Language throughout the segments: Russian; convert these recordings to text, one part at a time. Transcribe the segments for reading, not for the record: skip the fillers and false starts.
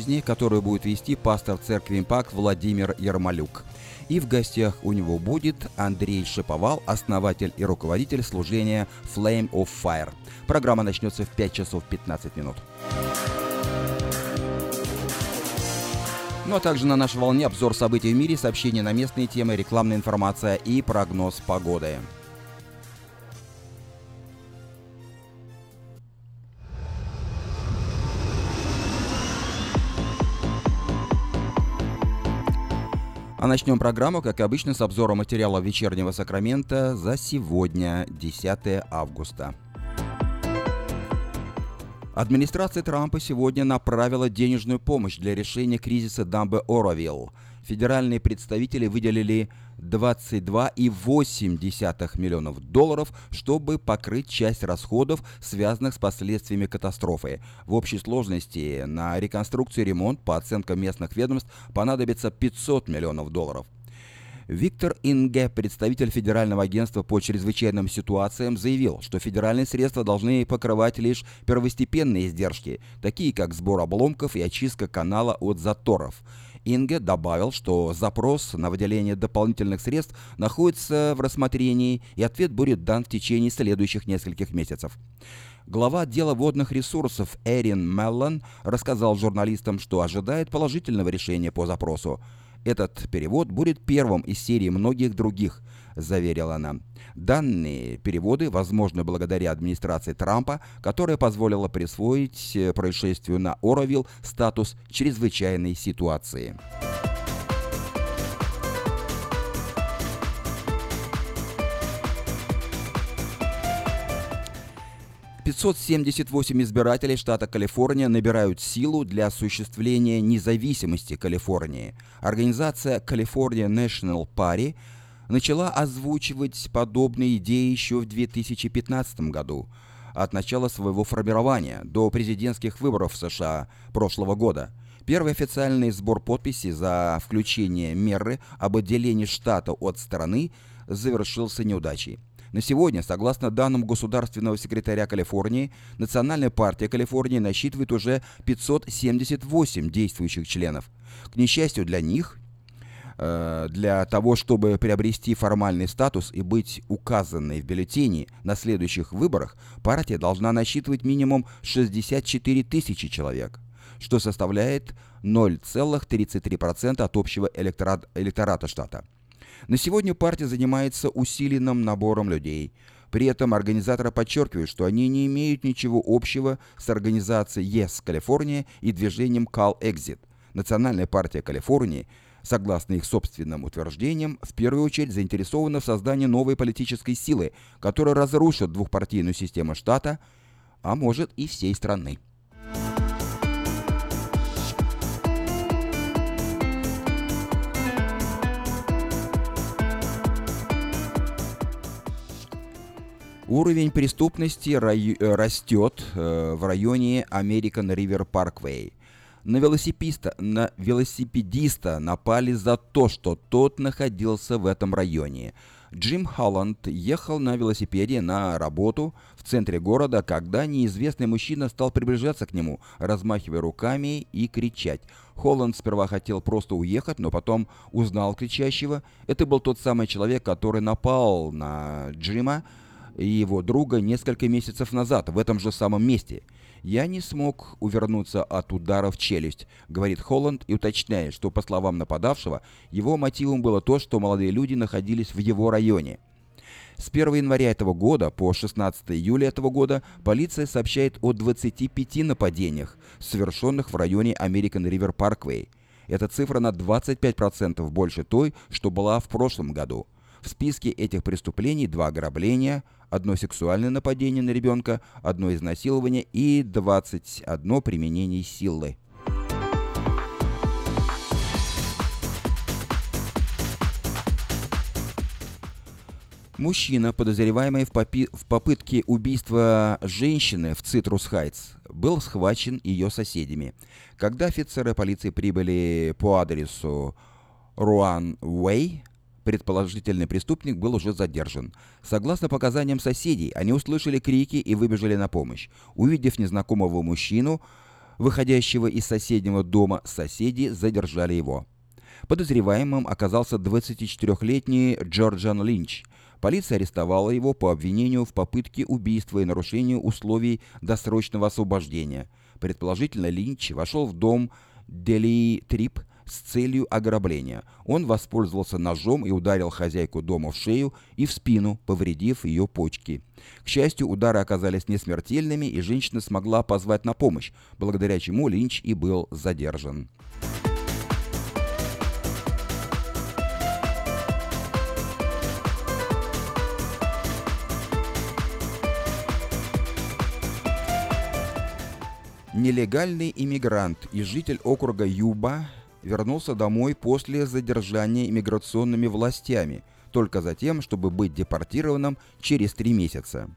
жизни, которую будет вести пастор церкви «Импакт» Владимир Ермолюк. И в гостях у него будет Андрей Шиповал, основатель и руководитель служения Flame of Fire. Программа начнется в 5 часов 15 минут. Ну а также на нашей волне обзор событий в мире, сообщения на местные темы, рекламная информация и прогноз погоды. А начнем программу, как обычно, с обзора материала вечернего Сакрамента за сегодня, 10 августа. Администрация Трампа сегодня направила денежную помощь для решения кризиса дамбы Оровилл. Федеральные представители выделили $22,8 миллионов, чтобы покрыть часть расходов, связанных с последствиями катастрофы. В общей сложности на реконструкцию и ремонт, по оценкам местных ведомств, понадобится $500 миллионов. Виктор Инге, представитель Федерального агентства по чрезвычайным ситуациям, заявил, что федеральные средства должны покрывать лишь первостепенные издержки, такие как сбор обломков и очистка канала от заторов. Инге добавил, что запрос на выделение дополнительных средств находится в рассмотрении, и ответ будет дан в течение следующих нескольких месяцев. Глава отдела водных ресурсов Эрин Меллон рассказал журналистам, что ожидает положительного решения по запросу. «Этот перевод будет первым из серии многих других», — заверила она. Данные переводы возможны благодаря администрации Трампа, которая позволила присвоить происшествию на Оровилл статус чрезвычайной ситуации. «578 избирателей штата Калифорния набирают силу для осуществления независимости Калифорнии. Организация California National Party начала озвучивать подобные идеи еще в 2015 году, от начала своего формирования до президентских выборов в США прошлого года. Первый официальный сбор подписей за включение меры об отделении штата от страны завершился неудачей. На сегодня, согласно данным государственного секретаря Калифорнии, Национальная партия Калифорнии насчитывает уже 578 действующих членов. К несчастью для них, для того, чтобы приобрести формальный статус и быть указанной в бюллетене на следующих выборах, партия должна насчитывать минимум 64 тысячи человек, что составляет 0,33% от общего электората штата. На сегодня партия занимается усиленным набором людей. При этом организаторы подчеркивают, что они не имеют ничего общего с организацией Yes California и движением Cal Exit. Национальная партия Калифорнии, согласно их собственным утверждениям, в первую очередь заинтересована в создании новой политической силы, которая разрушит двухпартийную систему штата, а может и всей страны. Уровень преступности растет в районе American River Parkway. На велосипедиста напали за то, что тот находился в этом районе. Джим Холланд ехал на велосипеде на работу в центре города, когда неизвестный мужчина стал приближаться к нему, размахивая руками и кричать. Холланд сперва хотел просто уехать, но потом узнал кричащего. Это был тот самый человек, который напал на Джима и его друга несколько месяцев назад в этом же самом месте. «Я не смог увернуться от удара в челюсть», — говорит Холланд и уточняет, что, по словам нападавшего, его мотивом было то, что молодые люди находились в его районе. С 1 января этого года по 16 июля этого года полиция сообщает о 25 нападениях, совершенных в районе American River Parkway. Эта цифра на 25% больше той, что была в прошлом году. В списке этих преступлений 2 ограбления, 1 сексуальное нападение на ребенка, 1 изнасилование и 21 применение силы. Мужчина, подозреваемый в попытке убийства женщины в Цитрус-Хайтс, был схвачен ее соседями. Когда офицеры полиции прибыли по адресу Руан-Уэй, предположительный преступник был уже задержан. Согласно показаниям соседей, они услышали крики и выбежали на помощь. Увидев незнакомого мужчину, выходящего из соседнего дома. Соседи задержали его. Подозреваемым оказался 24-летний Джорджан Линч. Полиция арестовала его по обвинению в попытке убийства и нарушению условий досрочного освобождения. Предположительно, Линч вошел в дом Делии Трип с целью ограбления. Он воспользовался ножом и ударил хозяйку дома в шею и в спину, повредив ее почки. К счастью, удары оказались несмертельными, и женщина смогла позвать на помощь, благодаря чему Линч и был задержан. Нелегальный иммигрант и житель округа Юба вернулся домой после задержания иммиграционными властями, только за тем, чтобы быть депортированным через 3 месяца.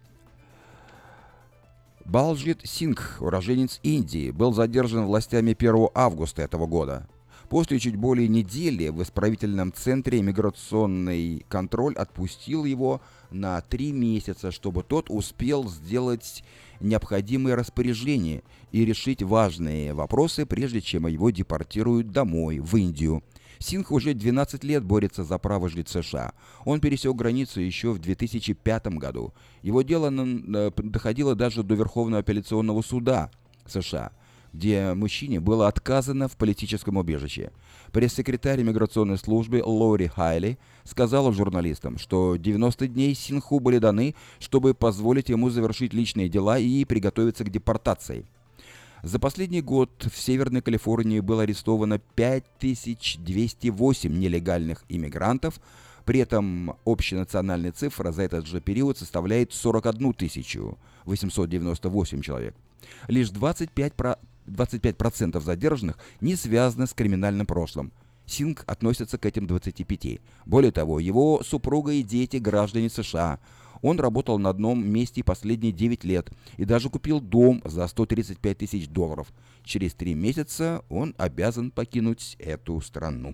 Балджит Сингх, уроженец Индии, был задержан властями 1 августа этого года. После чуть более недели в исправительном центре иммиграционный контроль отпустил его на 3 месяца, чтобы тот успел сделать необходимые распоряжения и решить важные вопросы, прежде чем его депортируют домой, в Индию. Сингх уже 12 лет борется за право жить в США. Он пересек границу еще в 2005 году. Его дело доходило даже до Верховного апелляционного суда США, где мужчине было отказано в политическом убежище. Пресс-секретарь иммиграционной службы Лори Хайли сказала журналистам, что 90 дней Сингху были даны, чтобы позволить ему завершить личные дела и приготовиться к депортации. За последний год в Северной Калифорнии было арестовано 5208 нелегальных иммигрантов. При этом общенациональная цифра за этот же период составляет 41 898 человек. Лишь 25% задержанных не связаны с криминальным прошлым. Сингх относится к этим 25. Более того, его супруга и дети граждане США. Он работал на одном месте последние 9 лет и даже купил дом за $135 000. Через 3 месяца он обязан покинуть эту страну.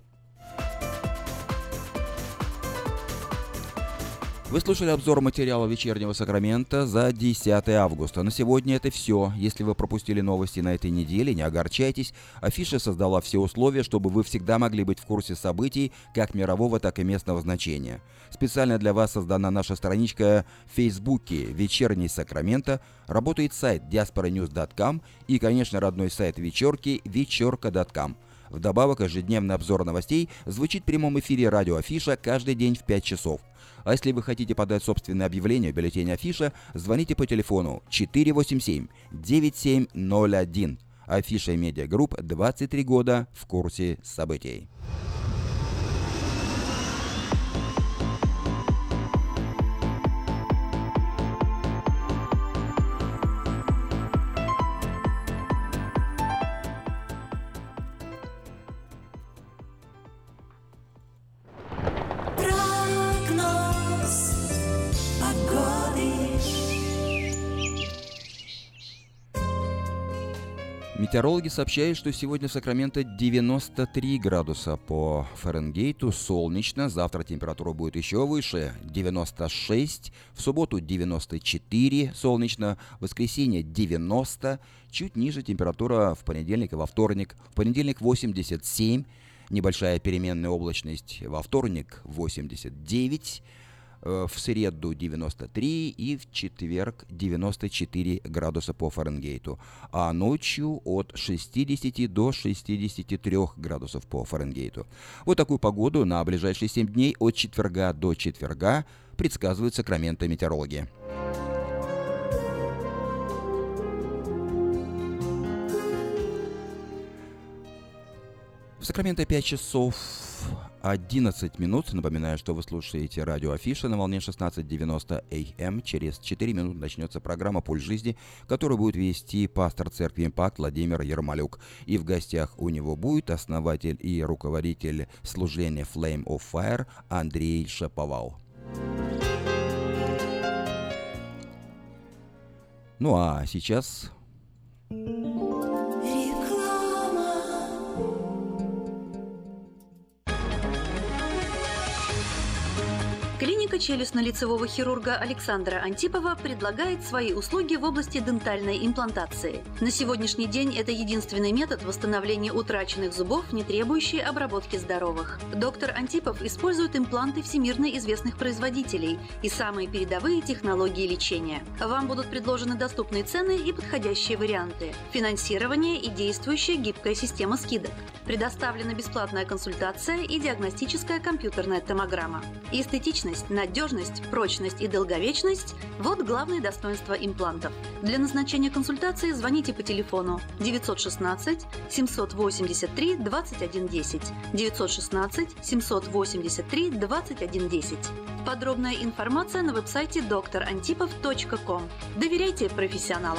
Вы слушали обзор материала «Вечернего Сакрамента» за 10 августа. На сегодня это все. Если вы пропустили новости на этой неделе, не огорчайтесь. Афиша создала все условия, чтобы вы всегда могли быть в курсе событий как мирового, так и местного значения. Специально для вас создана наша страничка в Фейсбуке «Вечерний Сакрамента», работает сайт diasporanews.com и, конечно, родной сайт вечерки вечерка.com. Вдобавок, ежедневный обзор новостей звучит в прямом эфире радио Афиша каждый день в 5 часов. А если вы хотите подать собственное объявление в бюллетене Афиша, звоните по телефону 487-9701. Афиша Медиа Групп, 23 года в курсе событий. Метеорологи сообщают, что сегодня в Сакраменто 93 градуса по Фаренгейту, солнечно. Завтра температура будет еще выше, 96. В субботу 94, солнечно. В воскресенье 90. Чуть ниже температура в понедельник и во вторник. В понедельник 87, небольшая переменная облачность. Во вторник 89. В среду 93 и в четверг 94 градуса по Фаренгейту, а ночью от 60 до 63 градусов по Фаренгейту. Вот такую погоду на ближайшие 7 дней от четверга до четверга предсказывают Сакраменто метеорологи. В Сакраменто 5 часов 11 минут. Напоминаю, что вы слушаете радио Афиша на волне 16:90 АМ. Через 4 минуты начнется программа «Пульс жизни», которую будет вести пастор церкви «Импакт» Владимир Ермолюк. И в гостях у него будет основатель и руководитель служения Flame of Fire Андрей Шаповал. Ну а сейчас... Клиника челюстно-лицевого хирурга Александра Антипова предлагает свои услуги в области дентальной имплантации. На сегодняшний день это единственный метод восстановления утраченных зубов, не требующий обработки здоровых. Доктор Антипов использует импланты всемирно известных производителей и самые передовые технологии лечения. Вам будут предложены доступные цены и подходящие варианты, финансирование и действующая гибкая система скидок. Предоставлена бесплатная консультация и диагностическая компьютерная томограмма. Эстетичность, надежность, прочность и долговечность – вот главные достоинства имплантов. Для назначения консультации звоните по телефону 916 783 2110, 916 783 2110. Подробная информация на веб-сайте drantipov.com. Доверяйте профессионалам.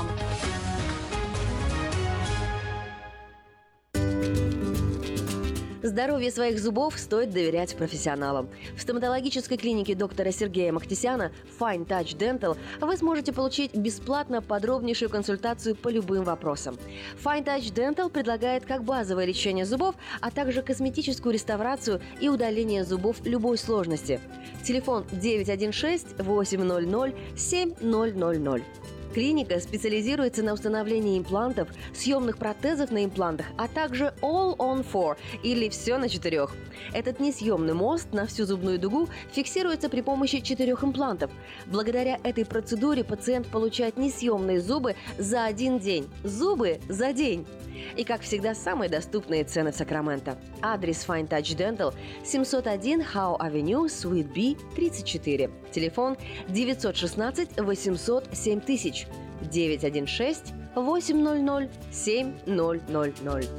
Здоровье своих зубов стоит доверять профессионалам. В стоматологической клинике доктора Сергея Махтисяна Fine Touch Dental вы сможете получить бесплатно подробнейшую консультацию по любым вопросам. Fine Touch Dental предлагает как базовое лечение зубов, а также косметическую реставрацию и удаление зубов любой сложности. Телефон 916 800 7000. Клиника специализируется на установлении имплантов, съемных протезов на имплантах, а также All on 4 или «Все на 4». Этот несъемный мост на всю зубную дугу фиксируется при помощи 4 имплантов. Благодаря этой процедуре пациент получает несъемные зубы за один день. Зубы за день! И, как всегда, самые доступные цены в Сакраменто. Адрес Fine Touch Dental 701 Howe Avenue, Suite B, 34. Телефон 916 800 7000, 916 800 7000.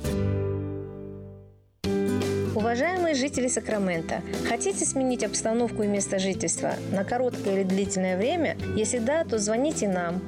Уважаемые жители Сакрамента, хотите сменить обстановку и место жительства на короткое или длительное время? Если да, то звоните нам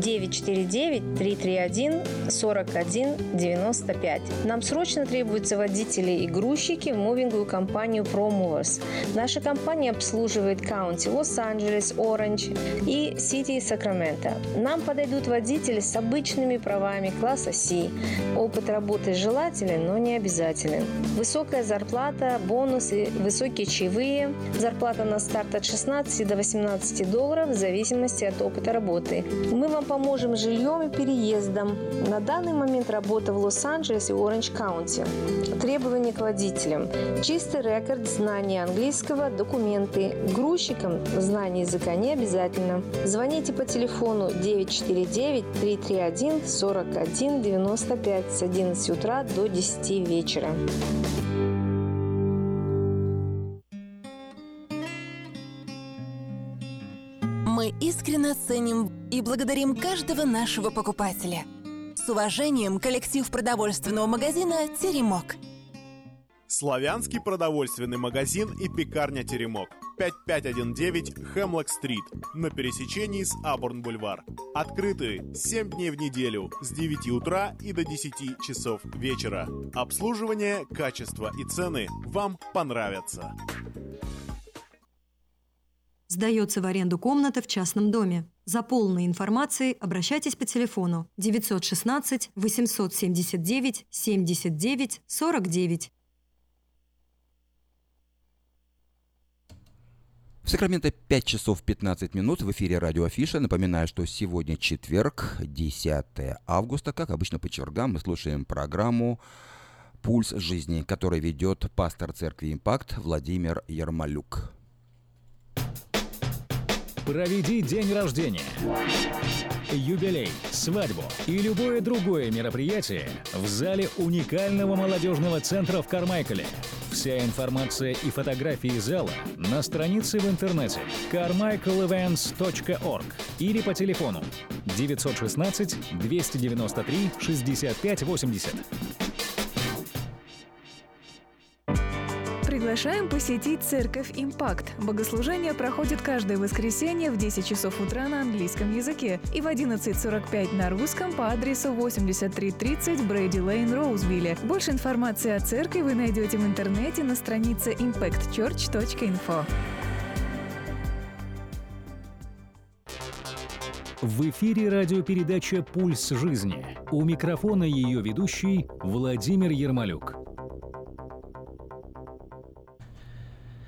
949-331-4195. Нам срочно требуются водители и грузчики в мувинговую компанию ProMovers. Наша компания обслуживает каунти Лос-Анджелес, Оранж и Сити Сакраменто. Нам подойдут водители с обычными правами класса C. Опыт работы желателен, но не обязателен. Высокая зарплата, бонусы, высокие чаевые. Зарплата на старт от $16 до $18 в зависимости от опыта работы. Мы вам поможем с жильем и переездом. На данный момент работа в Лос-Анджелес и Оранж-Каунти. Требования к водителям. Чистый рекорд, знание английского, документы. Грузчикам знание языка не обязательно. Звоните по телефону 949-331-4195 с 11 утра до 10 вечера. Мы искренне ценим и благодарим каждого нашего покупателя. С уважением, коллектив продовольственного магазина «Теремок». Славянский продовольственный магазин и пекарня «Теремок». 5519 Хемлок-стрит на пересечении с Абурн-бульвар. Открыты 7 дней в неделю с 9 утра и до 10 часов вечера. Обслуживание, качество и цены вам понравятся. Сдается в аренду комната в частном доме. За полной информацией обращайтесь по телефону 916 879 79 49. В Сакраменто 5 часов 15 минут, в эфире радио Афиша. Напоминаю, что сегодня четверг, 10 августа. Как обычно по четвергам мы слушаем программу «Пульс жизни», которую ведет пастор церкви «Импакт» Владимир Ермолюк. Проведи день рождения, юбилей, свадьбу и любое другое мероприятие в зале уникального молодежного центра в Кармайкале. Вся информация и фотографии зала на странице в интернете carmichaelevents.org или по телефону 916 293 65 80. Приглашаем посетить церковь «Импакт». Богослужение проходит каждое воскресенье в 10 часов утра на английском языке и в 11:45 на русском по адресу 8330 Брейди Лейн, Роузвилле. Больше информации о церкви вы найдете в интернете на странице impactchurch.info. В эфире радиопередача «Пульс жизни». У микрофона ее ведущий Владимир Ермолюк.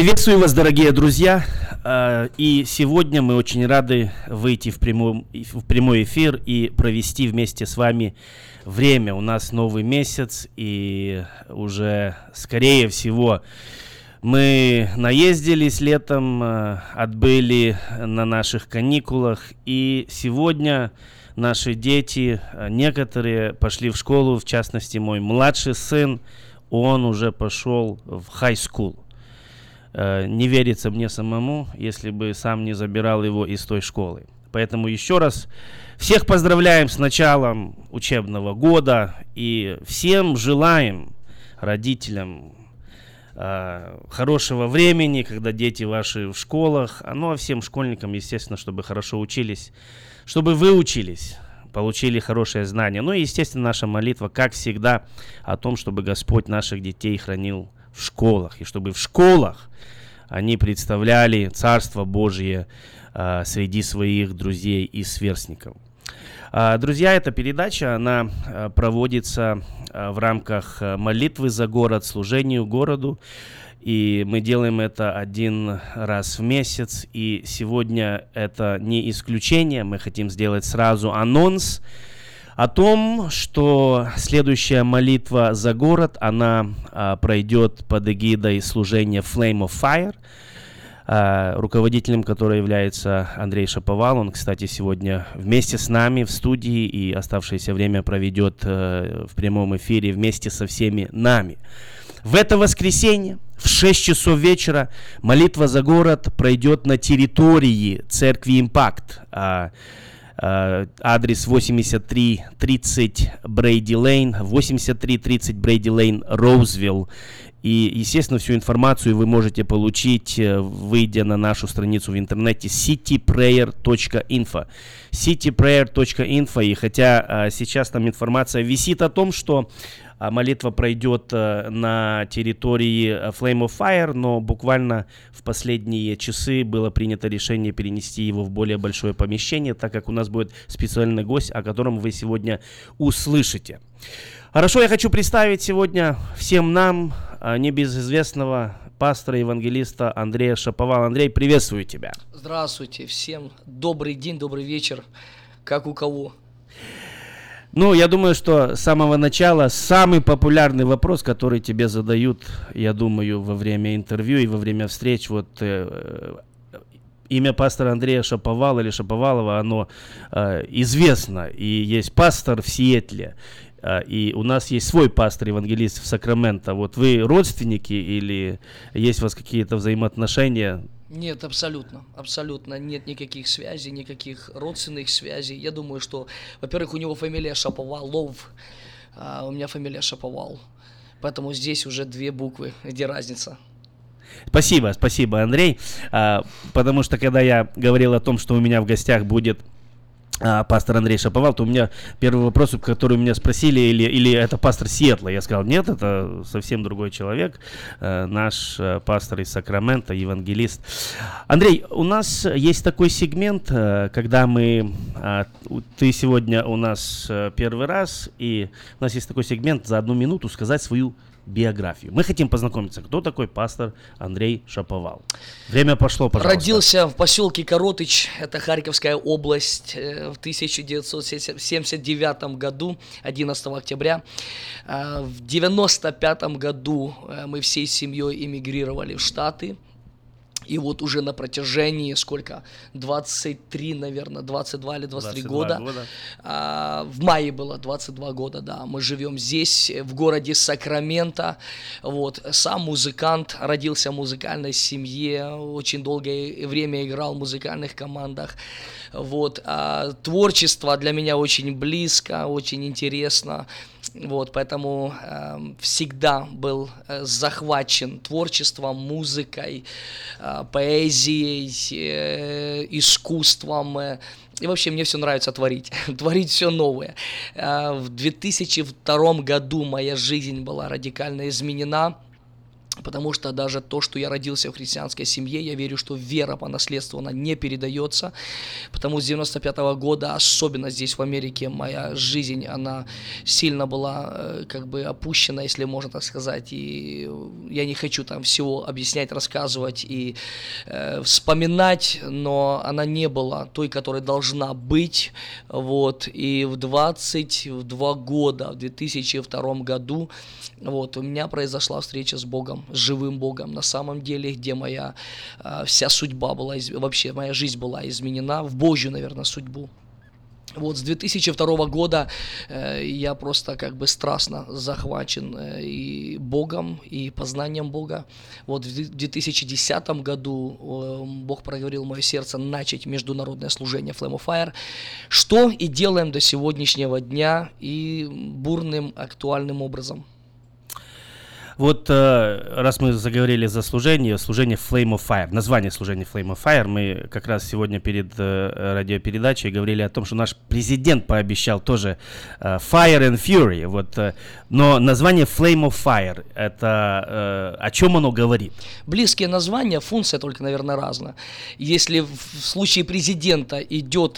Приветствую вас, дорогие друзья, и сегодня мы очень рады выйти в прямой эфир и провести вместе с вами время. У нас новый месяц, и уже, скорее всего, мы наездились летом, отбыли на наших каникулах, и сегодня наши дети, некоторые пошли в школу, в частности, мой младший сын, он уже пошел в high school. Не верится мне самому, если бы сам не забирал его из той школы. Поэтому еще раз всех поздравляем с началом учебного года и всем желаем, родителям, хорошего времени, когда дети ваши в школах, ну а всем школьникам, естественно, чтобы хорошо учились, чтобы вы учились, получили хорошее знание. Ну и, естественно, наша молитва, как всегда, о том, чтобы Господь наших детей хранил в школах, и чтобы в школах они представляли Царство Божие среди своих друзей и сверстников. Друзья, эта передача, она проводится в рамках молитвы за город, служению городу, и мы делаем это один раз в месяц, и сегодня это не исключение, мы хотим сделать сразу анонс о том, что следующая молитва за город, она пройдет под эгидой служения Flame of Fire, руководителем которой является Андрей Шаповал. Он, кстати, сегодня вместе с нами в студии и оставшееся время проведет в прямом эфире вместе со всеми нами. В это воскресенье в 6 часов вечера молитва за город пройдет на территории церкви «Импакт». Адрес 8330 Брейди Лейн, 8330 Брейди Лейн, Роузвилл. И, естественно, всю информацию вы можете получить, выйдя на нашу страницу в интернете cityprayer.info. cityprayer.info. И хотя сейчас там информация висит о том, что молитва пройдет на территории Flame of Fire, но буквально в последние часы было принято решение перенести его в более большое помещение, так как у нас будет специальный гость, о котором вы сегодня услышите. Хорошо, я хочу представить сегодня всем нам небезызвестного пастора-евангелиста Андрея Шаповала. Андрей, приветствую тебя. Здравствуйте всем. Добрый день, добрый вечер. Как у кого? Ну, я думаю, что с самого начала самый популярный вопрос, который тебе задают, я думаю, во время интервью и во время встреч, вот имя пастора Андрея Шаповала или Шаповалова, оно известно, и есть пастор в Сиэтле, и у нас есть свой пастор-евангелист в Сакраменто. Вот вы родственники или есть у вас какие-то взаимоотношения? Нет, абсолютно нет никаких связей, никаких родственных связей. Я думаю, что, во-первых, у него фамилия Шаповалов, у меня фамилия Шаповал, поэтому здесь уже 2 буквы, где разница? Спасибо, Андрей, потому что когда я говорил о том, что у меня в гостях будет пастор Андрей Шаповал, то у меня первый вопрос, который меня спросили, или это пастор Сиэтла. Я сказал, нет, это совсем другой человек, наш пастор из Сакрамента, евангелист. Андрей, у нас есть такой сегмент, когда ты сегодня у нас первый раз, и у нас есть такой сегмент за 1 минуту сказать свою биографию. Мы хотим познакомиться, кто такой пастор Андрей Шаповал. Время пошло, пожалуйста. Родился в поселке Коротыч, это Харьковская область, в 1979 году, 11 октября. В 1995 году мы всей семьей эмигрировали в Штаты. И вот уже на протяжении, 23, наверное, 22 или 23 года. В мае было 22 года, да. Мы живем здесь, в городе Сакраменто. Вот. Сам музыкант, родился в музыкальной семье, очень долгое время играл в музыкальных командах. Вот. Творчество для меня очень близко, очень интересно. Вот, поэтому всегда был захвачен творчеством, музыкой, поэзией, искусством. И вообще мне все нравится творить все новое. В 2002 году моя жизнь была радикально изменена. Потому что даже то, что я родился в христианской семье, я верю, что вера по наследству, она не передается. Потому с 95-го года, особенно здесь в Америке, моя жизнь, она сильно была как бы опущена, если можно так сказать. И я не хочу там всего объяснять, рассказывать и вспоминать, но она не была той, которая должна быть. Вот. И в 22 года, в 2002 году, вот, у меня произошла встреча с Богом, с живым Богом, на самом деле, где моя вся судьба была, вообще моя жизнь была изменена в Божью, наверное, судьбу. Вот с 2002 года я просто как бы страстно захвачен и Богом, и познанием Бога. Вот в 2010 году Бог проговорил мое сердце начать международное служение Flame of Fire, что и делаем до сегодняшнего дня и бурным, актуальным образом. Вот раз мы заговорили за служение Flame of Fire, название служения Flame of Fire, мы как раз сегодня перед радиопередачей говорили о том, что наш президент пообещал тоже Fire and Fury, вот, но название Flame of Fire, это о чем оно говорит? Близкие названия, функция только, наверное, разная. Если в случае президента идет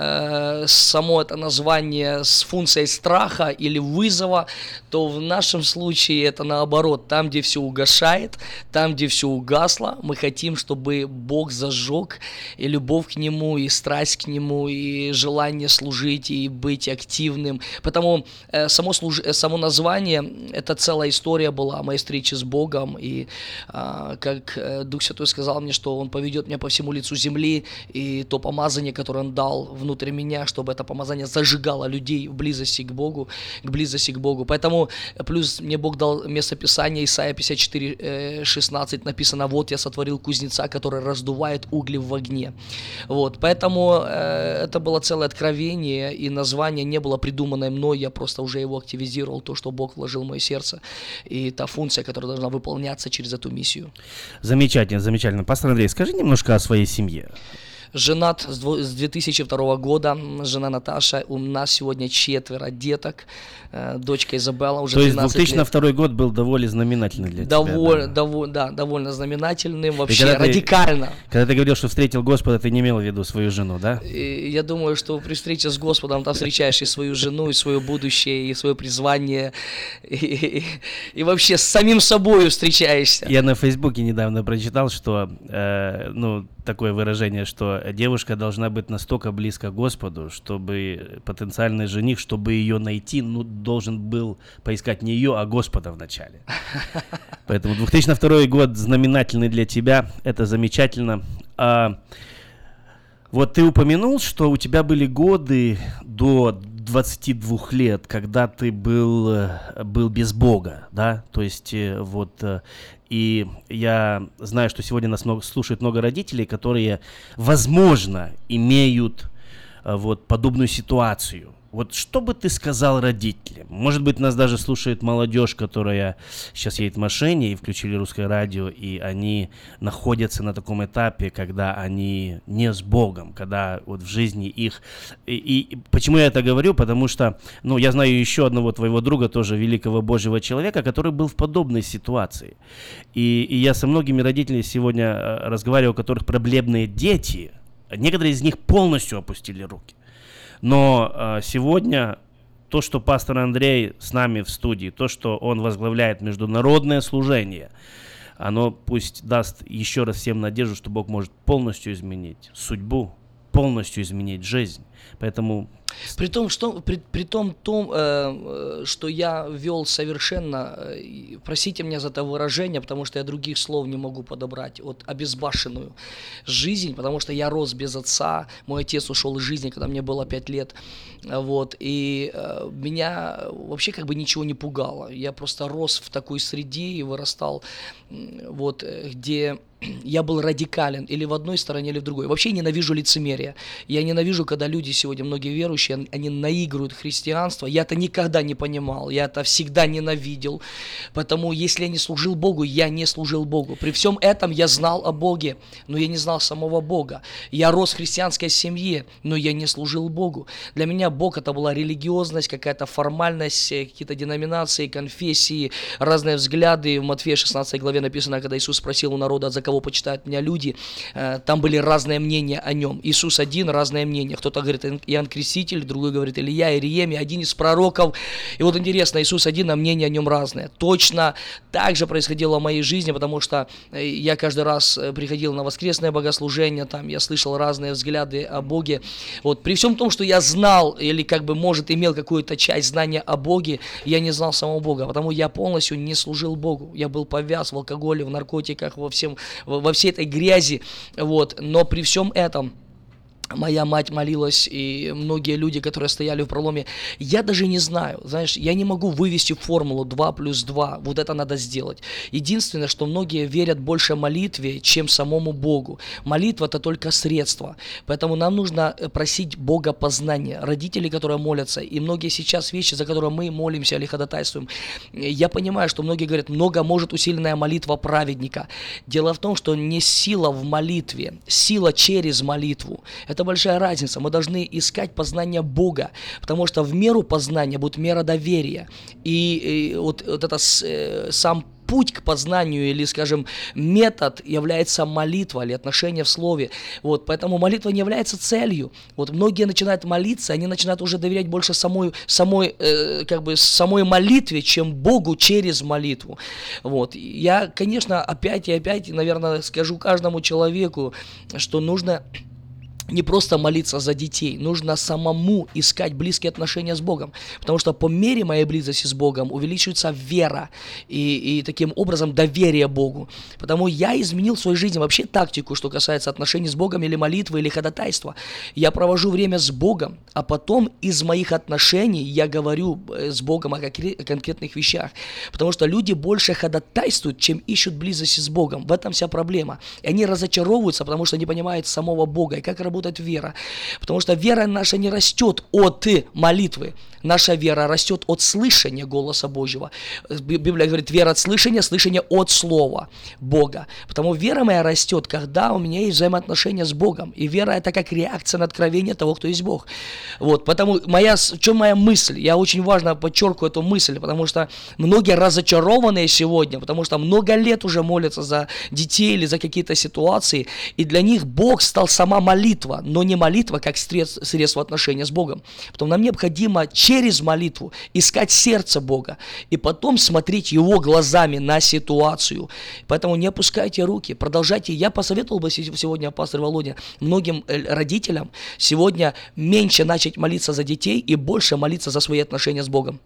само это название с функцией страха или вызова, то в нашем случае это наоборот. Там, где все угасает, там, где все угасло, мы хотим, чтобы Бог зажег и любовь к Нему, и страсть к Нему, и желание служить, и быть активным. Потому само название, это целая история была моей встречи с Богом, и как Дух Святой сказал мне, что Он поведет меня по всему лицу земли, и то помазание, которое Он дал внутрь меня, чтобы это помазание зажигало людей в близости к Богу, Поэтому плюс мне Бог дал местописание, Исайя 54:16 написано: «Вот я сотворил кузнеца, который раздувает угли в огне». Вот, поэтому это было целое откровение, и название не было придуманное мной, я просто уже его активизировал, то, что Бог вложил в мое сердце, и та функция, которая должна выполняться через эту миссию. Замечательно, замечательно. Пастор Андрей, скажи немножко о своей семье. Женат с 2002 года, жена Наташа, у нас сегодня 4 деток, дочка Изабелла уже 13 лет. То есть 2002 год был довольно знаменательный для тебя, довольно знаменательным, вообще радикально. Когда ты говорил, что встретил Господа, ты не имел в виду свою жену, да? И я думаю, что при встрече с Господом ты встречаешь и свою жену, и свое будущее, и свое призвание, и вообще с самим собой встречаешься. Я на Фейсбуке недавно прочитал, что, такое выражение, что девушка должна быть настолько близко к Господу, чтобы потенциальный жених, чтобы ее найти, должен был поискать не ее, а Господа вначале. Поэтому 2002 год знаменательный для тебя, это замечательно. Вот ты упомянул, что у тебя были годы до 22 лет, когда ты был без Бога, да, то есть и я знаю, что сегодня нас слушает много родителей, которые, возможно, имеют подобную ситуацию. Вот что бы ты сказал родителям? Может быть, нас даже слушает молодежь, которая сейчас едет в машине и включили русское радио, и они находятся на таком этапе, когда они не с Богом, когда вот в жизни их... И почему я это говорю? Потому что, я знаю еще одного твоего друга, тоже великого Божьего человека, который был в подобной ситуации. И я со многими родителями сегодня разговариваю, у которых проблемные дети. Некоторые из них полностью опустили руки. Но сегодня то, что пастор Андрей с нами в студии, то, что он возглавляет международное служение, оно пусть даст еще раз всем надежду, что Бог может полностью изменить судьбу, полностью изменить жизнь. Поэтому... При том, что я вел совершенно, простите меня за это выражение, потому что я других слов не могу подобрать, обезбашенную жизнь, потому что я рос без отца, мой отец ушел из жизни, когда мне было 5 лет, и меня вообще ничего не пугало, я просто рос в такой среде и вырастал, где... Я был радикален или в одной стороне, или в другой. Вообще ненавижу лицемерие. Я ненавижу, когда люди люди сегодня, многие верующие, они наигрывают христианство. Я это никогда не понимал, я это всегда ненавидел. Потому если я не служил Богу, я не служил Богу. При всем этом я знал о Боге, но я не знал самого Бога. Я рос в христианской семье, но я не служил Богу. Для меня Бог это была религиозность, какая-то формальность, какие-то деноминации, конфессии, разные взгляды. В Матфея 16 главе написано, когда Иисус спросил у народа, за кого почитают меня люди, там были разные мнения о нем. Иисус один, разное мнение. Кто-то говорит Иоанн Креститель, другой говорит Илья, Иеремия, один из пророков. И вот интересно, Иисус один, а мнения о нем разные. Точно так же происходило в моей жизни, потому что я каждый раз приходил на воскресное богослужение, там я слышал разные взгляды о Боге. Вот при всем том, что я знал или может имел какую-то часть знания о Боге, я не знал самого Бога, потому я полностью не служил Богу. Я был повяз в алкоголе, в наркотиках, во всей этой грязи. Вот. Но при всем этом моя мать молилась, и многие люди, которые стояли в проломе, я даже не знаю, знаешь, я не могу вывести формулу 2 + 2, вот это надо сделать. Единственное, что многие верят больше молитве, чем самому Богу. Молитва – это только средство, поэтому нам нужно просить Бога познания. Родители, которые молятся, и многие сейчас вещи, за которые мы молимся или ходатайствуем, я понимаю, что многие говорят, много может усиленная молитва праведника. Дело в том, что не сила в молитве, сила через молитву. Это большая разница. Мы должны искать познание Бога, потому что в меру познания будет мера доверия. И вот это сам путь к познанию или, скажем, метод является молитва или отношение в слове. Вот, поэтому молитва не является целью. Вот многие начинают молиться, они начинают уже доверять больше самой молитве, чем Богу через молитву. Вот. Я, конечно, опять, наверное, скажу каждому человеку, что нужно не просто молиться за детей, нужно самому искать близкие отношения с Богом, потому что по мере моей близости с Богом увеличивается вера и таким образом доверие Богу. Потому я изменил в своей жизни вообще тактику, что касается отношений с Богом или молитвы, или ходатайства. Я провожу время с Богом, а потом из моих отношений я говорю с Богом о конкретных вещах, потому что люди больше ходатайствуют, чем ищут близости с Богом. В этом вся проблема. И они разочаровываются, потому что не понимают самого Бога и как работает вера. Потому что вера наша не растет от молитвы. Наша вера растет от слышания голоса Божьего. Библия говорит, вера от слышания, слышание от слова Бога. Потому вера моя растет, когда у меня есть взаимоотношения с Богом. И вера это как реакция на откровение того, кто есть Бог. Вот. Потому в чем моя мысль? Я очень важно подчеркиваю эту мысль, потому что многие разочарованные сегодня, потому что много лет уже молятся за детей или за какие-то ситуации, и для них Бог стал сама молитва, но не молитва как средство отношения с Богом. Потом нам необходимо через молитву искать сердце Бога и потом смотреть Его глазами на ситуацию. Поэтому не опускайте руки, продолжайте. Я посоветовал бы сегодня, пастор Володя, многим родителям сегодня меньше начать молиться за детей и больше молиться за свои отношения с Богом.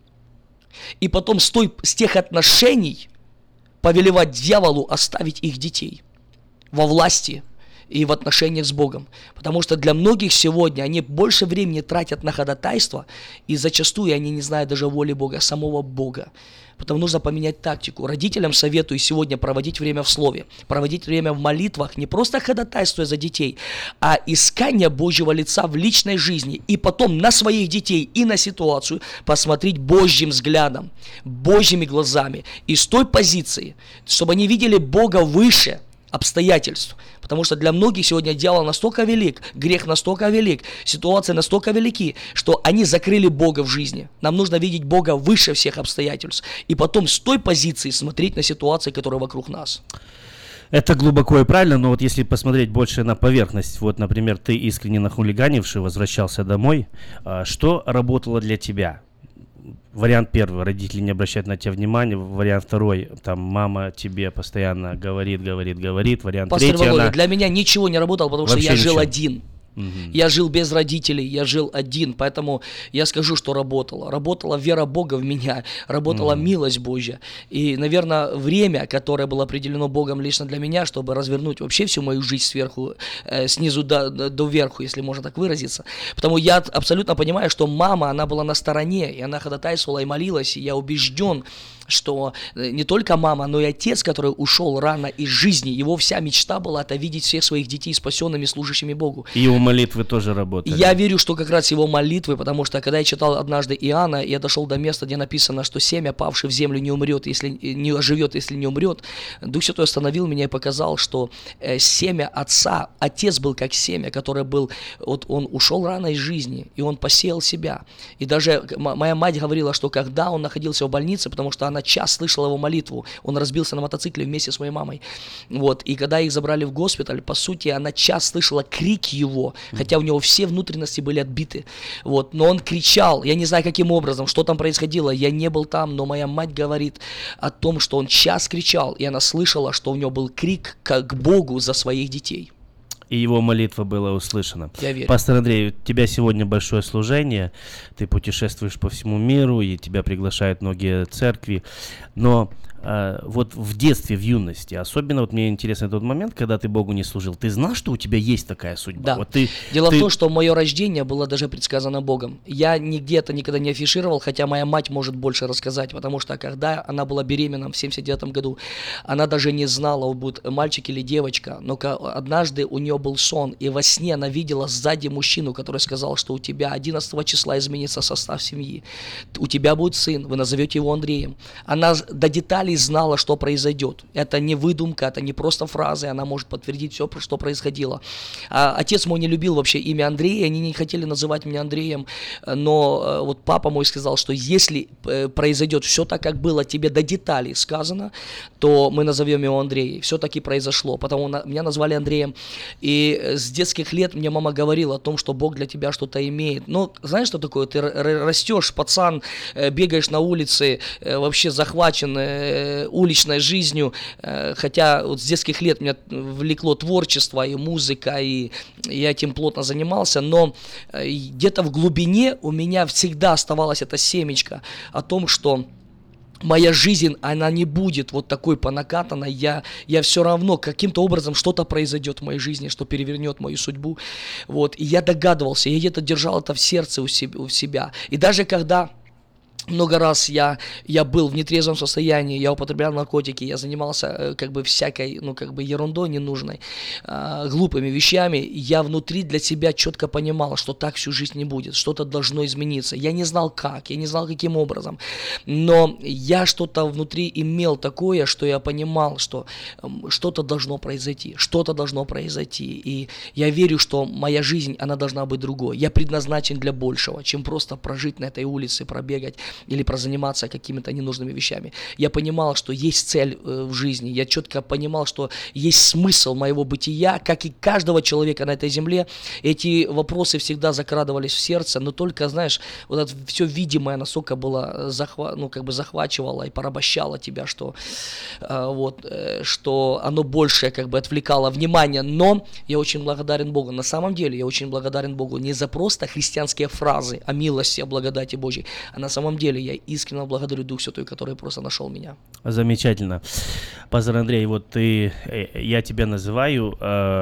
И потом с тех отношений повелевать дьяволу оставить их детей во власти и в отношениях с Богом. Потому что для многих сегодня они больше времени тратят на ходатайство, и зачастую они не знают даже воли Бога, самого Бога. Потому нужно поменять тактику. Родителям советую сегодня проводить время в Слове, проводить время в молитвах, не просто ходатайствуя за детей, а искание Божьего лица в личной жизни, и потом на своих детей и на ситуацию посмотреть Божьим взглядом, Божьими глазами, и с той позиции, чтобы они видели Бога выше обстоятельств. Потому что для многих сегодня дьявол настолько велик, грех настолько велик, ситуации настолько велики, что они закрыли Бога в жизни. Нам нужно видеть Бога выше всех обстоятельств. И потом с той позиции смотреть на ситуации, которые вокруг нас. Это глубоко и правильно, но вот если посмотреть больше на поверхность, вот, например, ты искренне нахулиганивший, возвращался домой, что работало для тебя? Вариант первый, родители не обращают на тебя внимания. Вариант второй, там мама тебе постоянно говорит. Вариант Пастор третий, Володя, для меня ничего не работало, потому что я жил один. Угу. Я жил без родителей, я жил один, поэтому я скажу, что работало. Работала вера Бога в меня, работала милость Божья. И, наверное, время, которое было определено Богом лично для меня, чтобы развернуть вообще всю мою жизнь снизу до верху, если можно так выразиться. Потому я абсолютно понимаю, что мама, она была на стороне, и она ходатайствовала и молилась, и я убежден, что не только мама, но и отец, который ушел рано из жизни, его вся мечта была это видеть всех своих детей спасенными, служащими Богу. И его молитвы тоже работали. Я верю, что как раз его молитвы, потому что когда я читал однажды Иоанна, я дошел до места, где написано, что семя, павшее в землю, не умрет, если не оживет, если не умрет. Дух Святой остановил меня и показал, что семя отца, отец был как семя, которое был, вот он ушел рано из жизни, и он посеял себя. И даже моя мать говорила, что когда он находился в больнице, потому что она час слышала его молитву, он разбился на мотоцикле вместе с моей мамой, вот, и когда их забрали в госпиталь, по сути, она час слышала крик его, хотя у него все внутренности были отбиты, вот, но он кричал, я не знаю каким образом, что там происходило, я не был там, но моя мать говорит о том, что он час кричал, и она слышала, что у него был крик к Богу за своих детей. И его молитва была услышана. Я верю. Пастор Андрей, у тебя сегодня большое служение, ты путешествуешь по всему миру, и тебя приглашают многие церкви, но вот в детстве, в юности, особенно вот мне интересен тот момент, когда ты Богу не служил, ты знал, что у тебя есть такая судьба? Да. Вот Дело в том, что мое рождение было даже предсказано Богом. Я нигде это никогда не афишировал, хотя моя мать может больше рассказать, потому что когда она была беременна в 79 году, она даже не знала, будет мальчик или девочка, но однажды у нее был сон, и во сне она видела сзади мужчину, который сказал, что у тебя 11 числа изменится состав семьи, у тебя будет сын, вы назовете его Андреем. Она до деталей знала, что произойдет. Это не выдумка, это не просто фразы, она может подтвердить все, что происходило. Отец мой не любил вообще имя Андрей, они не хотели называть меня Андреем, но вот папа мой сказал, что если произойдет все так, как было тебе до деталей сказано, то мы назовем его Андрей. Все таки произошло, потому меня назвали Андреем. И с детских лет мне мама говорила о том, что Бог для тебя что-то имеет. Но знаешь, что такое? Ты растешь, пацан, бегаешь на улице, вообще захвачен уличной жизнью, хотя вот с детских лет меня влекло творчество и музыка, и я этим плотно занимался, но где-то в глубине у меня всегда оставалось это семечко о том, что моя жизнь, она не будет вот такой понакатанной, я все равно каким-то образом что-то произойдет в моей жизни, что перевернет мою судьбу, вот, и я догадывался, я где-то держал это в сердце у себя, и даже когда много раз я был в нетрезвом состоянии, я употреблял наркотики, я занимался как бы всякой, ерундой ненужной, глупыми вещами. Я внутри для себя четко понимал, что так всю жизнь не будет, что-то должно измениться. Я не знал как, я не знал каким образом, но я что-то внутри имел такое, что я понимал, что что-то должно произойти, и я верю, что моя жизнь, она должна быть другой. Я предназначен для большего, чем просто прожить на этой улице, пробегать или прозаниматься какими-то ненужными вещами. Я понимал, что есть цель в жизни, я четко понимал, что есть смысл моего бытия, как и каждого человека на этой земле. Эти вопросы всегда закрадывались в сердце, но только, знаешь, вот это все видимое настолько было захвачивало и порабощало тебя, что оно больше отвлекало внимание. Но я очень благодарен Богу. На самом деле я очень благодарен Богу не за просто христианские фразы о милости, о благодати Божьей, а на самом деле я искренне благодарю Дух Святой, который просто нашел меня. Замечательно. Пастор Андрей, вот я тебя называю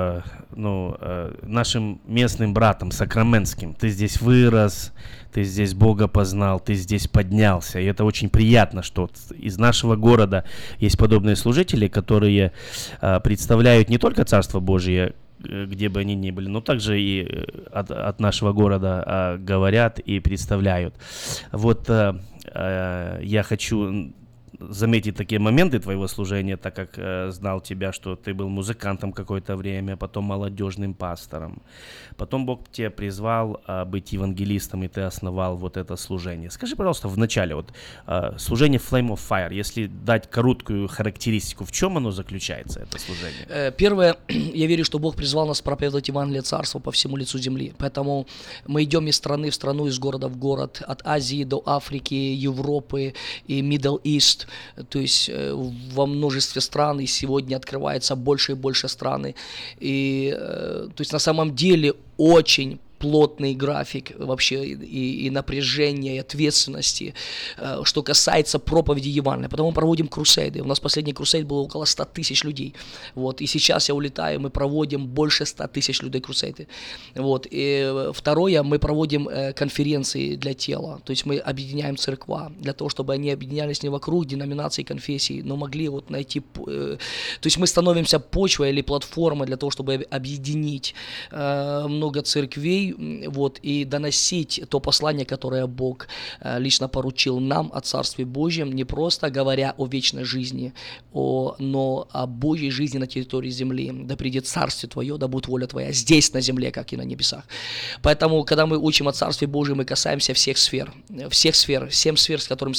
нашим местным братом, сакраментским. Ты здесь вырос, ты здесь Бога познал, ты здесь поднялся. И это очень приятно, что из нашего города есть подобные служители, которые представляют не только Царство Божие, где бы они ни были, но также и от нашего города говорят и представляют. Вот я хочу заметить такие моменты твоего служения, так как знал тебя, что ты был музыкантом какое-то время, потом молодежным пастором. Потом Бог тебя призвал быть евангелистом, и ты основал вот это служение. Скажи, пожалуйста, в начале, служение Flame of Fire, если дать короткую характеристику, в чем оно заключается, это служение? Первое, я верю, что Бог призвал нас проповедовать Евангелие Царства по всему лицу земли. Поэтому мы идем из страны в страну, из города в город, от Азии до Африки, Европы и Middle East. То есть во множестве стран, и сегодня открывается больше и больше страны. И то есть на самом деле очень плотный график вообще и напряжения, и ответственности, что касается проповеди Евангелия. Потому мы проводим крусейды. У нас последний крусейд было около 100 тысяч людей. Вот. И сейчас я улетаю, мы проводим больше 100 тысяч людей крусейды. Вот. И второе, мы проводим конференции для тела. То есть мы объединяем церква для того, чтобы они объединялись не вокруг деноминаций, конфессий, но могли вот найти... То есть мы становимся почвой или платформой для того, чтобы объединить много церквей, вот, и доносить то послание, которое Бог лично поручил нам о Царстве Божьем, не просто говоря о вечной жизни, но о Божьей жизни на территории земли. Да придет Царствие Твое, да будет воля Твоя здесь на земле, как и на небесах. Поэтому, когда мы учим о Царстве Божьем, мы касаемся всех сфер, 7 сфер, с которыми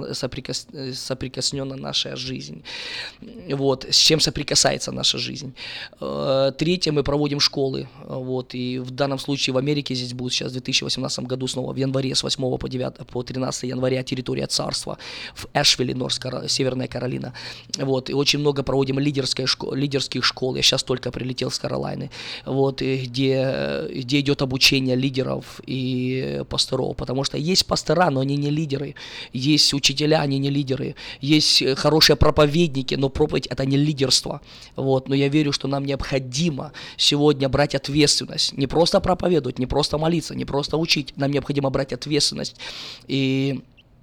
соприкоснена наша жизнь. Вот, с чем соприкасается наша жизнь. Третье, мы проводим школы. Вот, и в данном случае в Америке здесь будет сейчас в 2018 году снова в январе с 8 по 13 января территория царства в Эшвилле, Северная Каролина. Вот, и очень много проводим лидерских школ. Я сейчас только прилетел с Каролайны, вот, где идет обучение лидеров и пасторов, потому что есть пастора, но они не лидеры, есть учителя, они не лидеры, есть хорошие проповедники, но проповедь это не лидерство. Вот, но я верю, что нам необходимо сегодня брать ответственность, не просто проповедовать, не просто молиться, не просто учить, нам необходимо брать ответственность и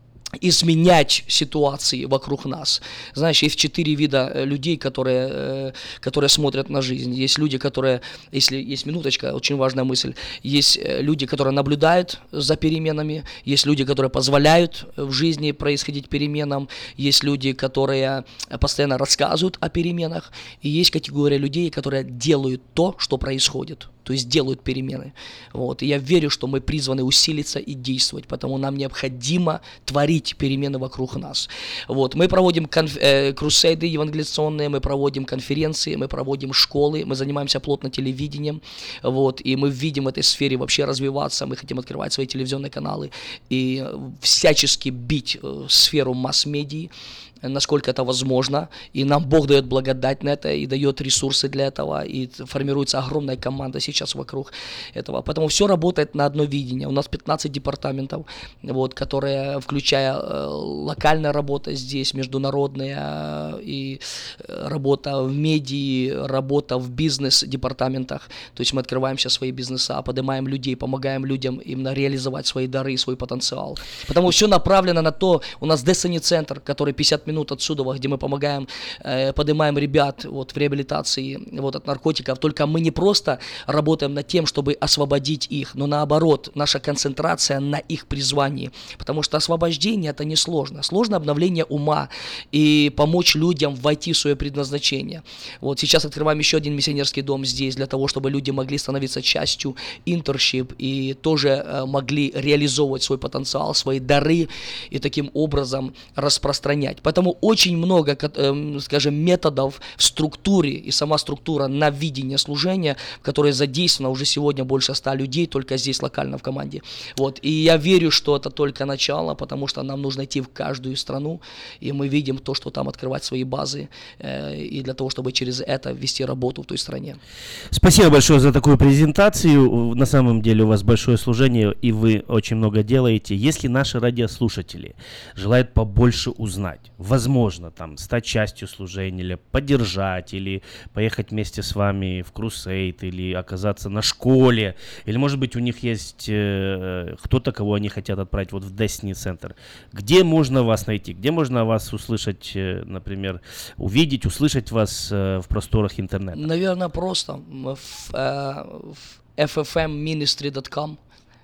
изменять ситуации вокруг нас. Знаешь, есть 4 вида людей, которые смотрят на жизнь. Есть люди, которые, если есть минуточка, очень важная мысль, есть люди, которые наблюдают за переменами, есть люди, которые позволяют в жизни происходить переменам, есть люди, которые постоянно рассказывают о переменах, и есть категория людей, которые делают то, что происходит. То есть делают перемены. Вот. И я верю, что мы призваны усилиться и действовать, потому нам необходимо творить перемены вокруг нас. Вот. Мы проводим крусейды евангелизационные, мы проводим конференции, мы проводим школы, мы занимаемся плотно телевидением, вот. И мы видим в этой сфере вообще развиваться, мы хотим открывать свои телевизионные каналы и всячески бить сферу масс-медии, насколько это возможно, и нам Бог дает благодать на это, и дает ресурсы для этого, и формируется огромная команда сейчас вокруг этого. Поэтому все работает на одно видение. У нас 15 департаментов, вот, которые, включая локальная работа здесь, международная, и работа в медии, работа в бизнес-департаментах. То есть мы открываем сейчас свои бизнеса, поднимаем людей, помогаем людям именно реализовать свои дары, свой потенциал. Потому все направлено на то, у нас Destiny-центр, который 50 минут отсюда, где мы помогаем, поднимаем ребят вот, в реабилитации вот, от наркотиков. Только мы не просто работаем над тем, чтобы освободить их, но наоборот, наша концентрация на их призвании. Потому что освобождение это не сложно. Сложно обновление ума и помочь людям войти в свое предназначение. Вот сейчас открываем еще один миссионерский дом здесь, для того, чтобы люди могли становиться частью интершип и тоже могли реализовывать свой потенциал, свои дары и таким образом распространять. Поэтому очень много, скажем, методов в структуре, и сама структура на видение служения, в которой задействовано уже сегодня больше 100 людей, только здесь локально в команде. Вот. И я верю, что это только начало, потому что нам нужно идти в каждую страну, и мы видим то, что там открывать свои базы, и для того, чтобы через это вести работу в той стране. Спасибо большое за такую презентацию. На самом деле у вас большое служение, и вы очень много делаете. Если наши радиослушатели желают побольше узнать, возможно, там, стать частью служения, или поддержать, или поехать вместе с вами в крусейд, или оказаться на школе, или, может быть, у них есть кто-то, кого они хотят отправить вот в Destiny Center. Где можно вас найти? Где можно вас услышать, например, увидеть, услышать вас в просторах интернета? Наверное, просто в ffmministry.com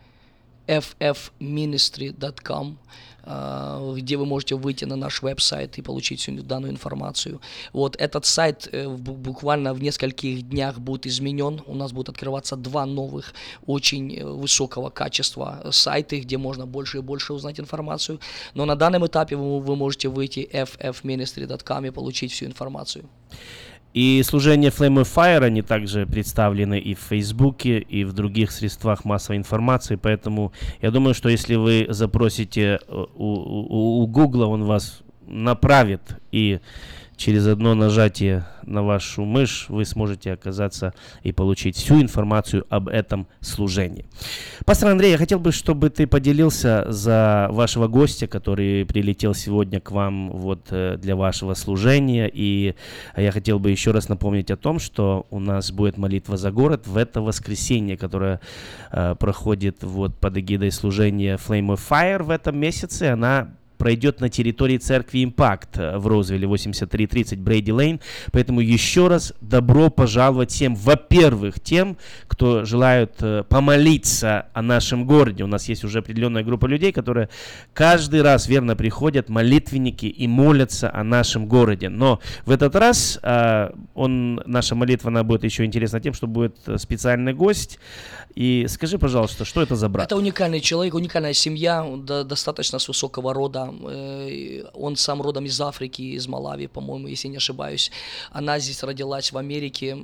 ffministry.com, где вы можете выйти на наш веб-сайт и получить всю данную информацию. Вот этот сайт буквально в нескольких днях будет изменен. У нас будут открываться 2 новых, очень высокого качества сайта, где можно больше и больше узнать информацию. Но на данном этапе вы можете выйти ffministry.com и получить всю информацию. И служение Flame of Fire, они также представлены и в Фейсбуке, и в других средствах массовой информации, поэтому я думаю, что если вы запросите у Гугла, он вас направит и через одно нажатие на вашу мышь вы сможете оказаться и получить всю информацию об этом служении. Пастор Андрей, я хотел бы, чтобы ты поделился за вашего гостя, который прилетел сегодня к вам вот для вашего служения. И я хотел бы еще раз напомнить о том, что у нас будет молитва за город в это воскресенье, которое проходит вот под эгидой служения Flame of Fire в этом месяце. Она пройдет на территории церкви Impact в Роузвилле 8330 Брейди Лейн. Поэтому еще раз добро пожаловать всем. Во-первых, тем, кто желают помолиться о нашем городе. У нас есть уже определенная группа людей, которые каждый раз верно приходят, молитвенники, и молятся о нашем городе. Но в этот раз наша молитва, она будет еще интересна тем, что будет специальный гость. И скажи, пожалуйста, что это за брат? Это уникальный человек, уникальная семья, достаточно с высокого рода. Он сам родом из Африки, из Малави, по-моему, если не ошибаюсь. Она здесь родилась в Америке,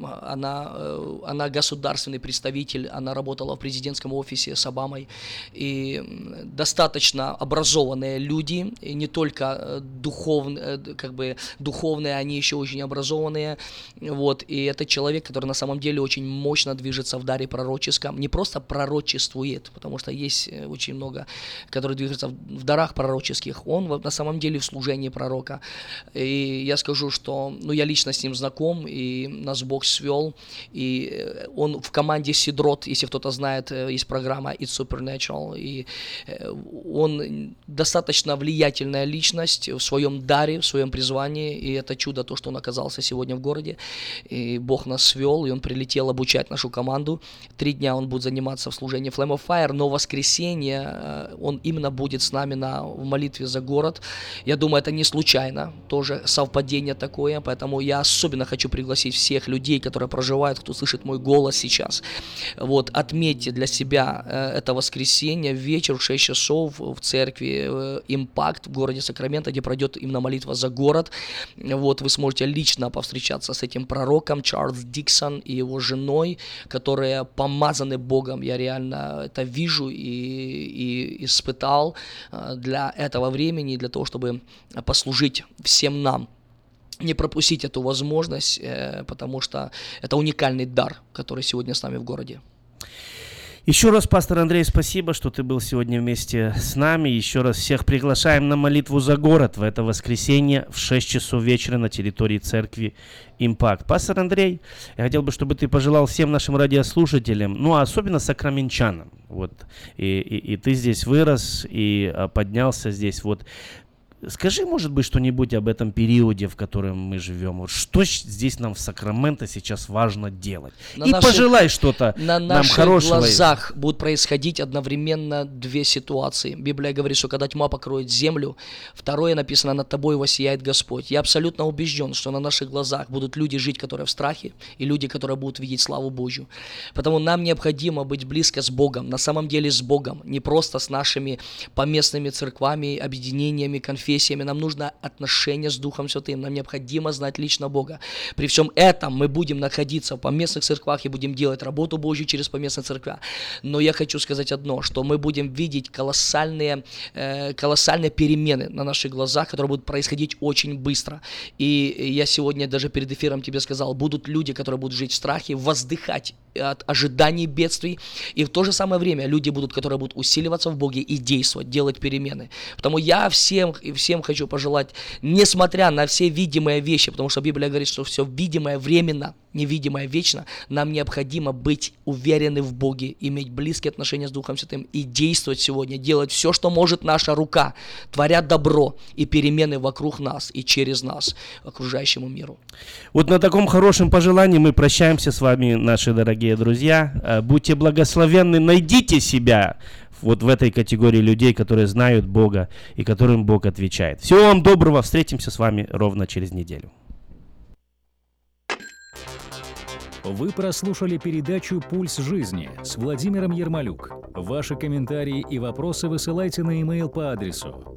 она государственный представитель, она работала в президентском офисе с Обамой. И достаточно образованные люди, и не только духовные, они еще очень образованные. Вот. И это человек, который на самом деле очень мощно движется в даре пророческом, не просто пророчествует, потому что есть очень много, которые движутся в дарах пророческих. Он на самом деле в служении пророка. И я скажу, что я лично с ним знаком, и нас Бог свел. И он в команде Сидрот, если кто-то знает, есть программа It's Supernatural. И он достаточно влиятельная личность в своем даре, в своем призвании. И это чудо, то, что он оказался сегодня в городе. И Бог нас свел, и он прилетел обучать нашу команду. 3 дня он будет заниматься в служении Flame of Fire, но в воскресенье он именно будет с нами в молитве за город. Я думаю, это не случайно, тоже совпадение такое, поэтому я особенно хочу пригласить всех людей, которые проживают, кто слышит мой голос сейчас. Вот, отметьте для себя это воскресенье, вечер в 6 часов в церкви Impact в городе Сакраменто, где пройдет именно молитва за город. Вот, вы сможете лично повстречаться с этим пророком Чарльз Диксон и его женой, которые помазаны Богом. Я реально это вижу и испытал для этого времени, для того, чтобы послужить всем нам. Не пропустить эту возможность, потому что это уникальный дар, который сегодня с нами в городе. Еще раз, пастор Андрей, спасибо, что ты был сегодня вместе с нами. Еще раз всех приглашаем на молитву за город в это воскресенье в 6 часов вечера на территории церкви Impact. Пастор Андрей, я хотел бы, чтобы ты пожелал всем нашим радиослушателям, а особенно сакраменчанам, вот, и ты здесь вырос и поднялся здесь, вот. Скажи, может быть, что-нибудь об этом периоде, в котором мы живем. Вот что здесь нам в Сакраменто сейчас важно делать? Пожелай что-то нам хорошего. На наших глазах будут происходить одновременно 2 ситуации. Библия говорит, что когда тьма покроет землю, второе написано, над тобой воссияет Господь. Я абсолютно убежден, что на наших глазах будут люди жить, которые в страхе, и люди, которые будут видеть славу Божью. Потому нам необходимо быть близко с Богом, на самом деле с Богом, не просто с нашими поместными церквами, объединениями, конфессиями. Нам нужно отношение с Духом Святым, нам необходимо знать лично Бога. При всем этом мы будем находиться в поместных церквах и будем делать работу Божью через поместные церкви. Но я хочу сказать одно, что мы будем видеть колоссальные перемены на наших глазах, которые будут происходить очень быстро. И я сегодня даже перед эфиром тебе сказал, будут люди, которые будут жить в страхе, воздыхать от ожиданий бедствий, и в то же самое время люди будут, которые будут усиливаться в Боге и действовать, делать перемены. Потому я всем хочу пожелать, несмотря на все видимые вещи, потому что Библия говорит, что все видимое временно, невидимое вечно, нам необходимо быть уверены в Боге, иметь близкие отношения с Духом Святым и действовать сегодня, делать все, что может наша рука, творя добро и перемены вокруг нас и через нас, окружающему миру. Вот на таком хорошем пожелании мы прощаемся с вами, наши дорогие друзья. Будьте благословенны, найдите себя вот в этой категории людей, которые знают Бога и которым Бог отвечает. Всего вам доброго, встретимся с вами ровно через неделю. Вы прослушали передачу «Пульс жизни» с Владимиром Ермолюк. Ваши комментарии и вопросы высылайте на e-mail по адресу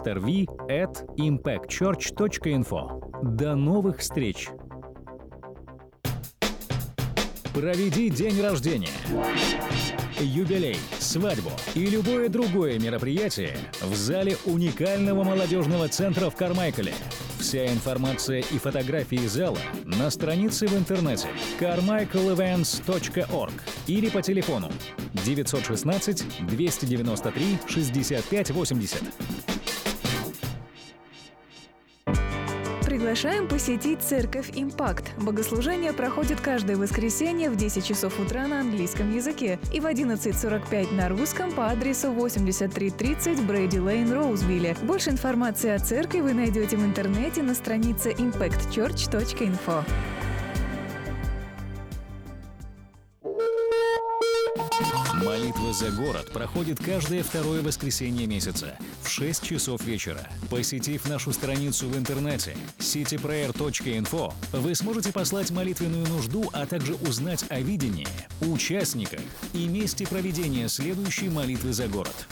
pastorv@impactchurch.info. До новых встреч! Проведи день рождения, юбилей, свадьбу и любое другое мероприятие в зале уникального молодежного центра в Кармайкале. Все Вся информация и фотографии зала на странице в интернете carmichaelevents.org или по телефону 916 293 65 80. Приглашаем посетить Церковь Импакт. Богослужение проходит каждое воскресенье в 10 часов утра на английском языке и в 11:45 на русском по адресу 8330 Брейди Лейн, Роузвилле. Больше информации о церкви вы найдете в интернете на странице impactchurch.info. Молитва за город проходит каждое второе воскресенье месяца в 6 часов вечера. Посетив нашу страницу в интернете cityprayer.info, вы сможете послать молитвенную нужду, а также узнать о видении, участниках и месте проведения следующей молитвы за город.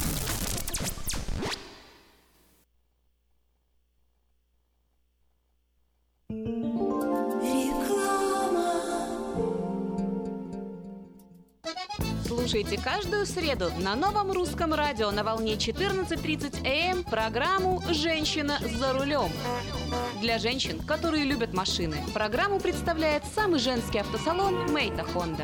Слушайте каждую среду на Новом русском радио на волне 14:30 АМ программу «Женщина за рулем». Для женщин, которые любят машины, программу представляет самый женский автосалон «Мейта Хонда».